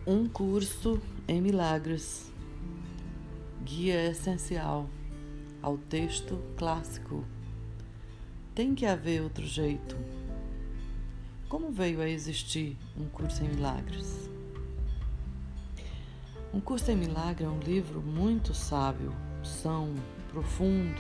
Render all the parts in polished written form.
Um curso em milagres, guia essencial ao texto clássico. Tem que haver outro jeito. Como veio a existir um curso em milagres? Um curso em milagres é um livro muito sábio, são, profundo.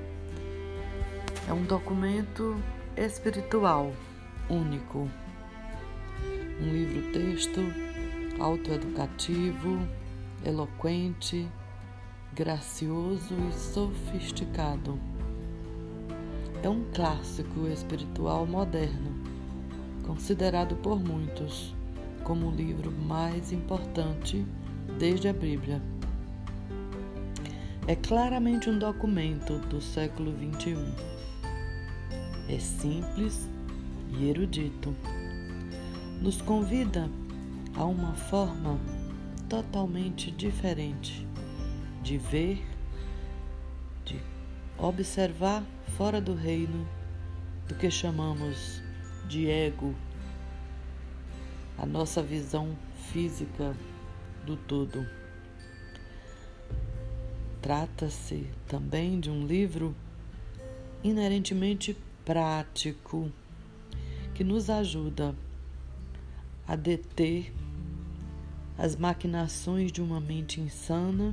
É um documento espiritual único. Um livro-texto autoeducativo, eloquente, gracioso e sofisticado. É um clássico espiritual moderno, considerado por muitos como o livro mais importante desde a Bíblia. É claramente um documento do século XXI. É simples e erudito. Nos convida a uma forma totalmente diferente de ver, de observar fora do reino do que chamamos de ego, a nossa visão física do todo. Trata-se também de um livro inerentemente prático que nos ajuda a deter as maquinações de uma mente insana,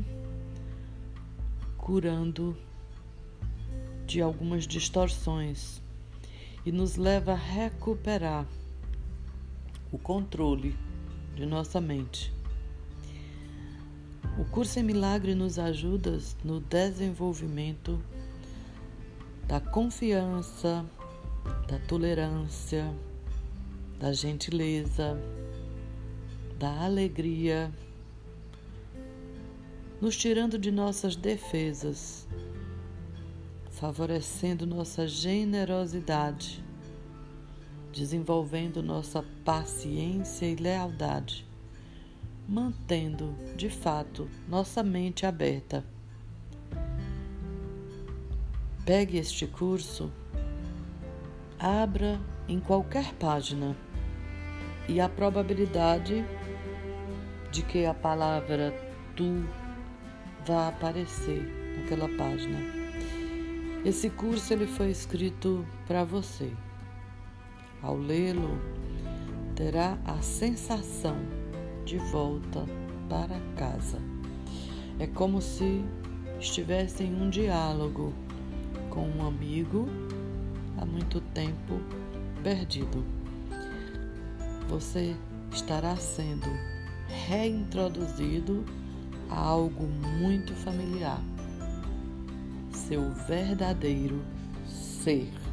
curando de algumas distorções e nos leva a recuperar o controle de nossa mente. O curso em milagre nos ajuda no desenvolvimento da confiança, da tolerância, da gentileza, da alegria, nos tirando de nossas defesas, favorecendo nossa generosidade, desenvolvendo nossa paciência e lealdade, mantendo, de fato, nossa mente aberta. Pegue este curso, abra em qualquer página e a probabilidade de que a palavra tu vá aparecer naquela página. Esse curso ele foi escrito para você. Ao lê-lo, terá a sensação de volta para casa. É como se estivesse em um diálogo com um amigo há muito tempo perdido. Você estará sendo reintroduzido a algo muito familiar, seu verdadeiro ser.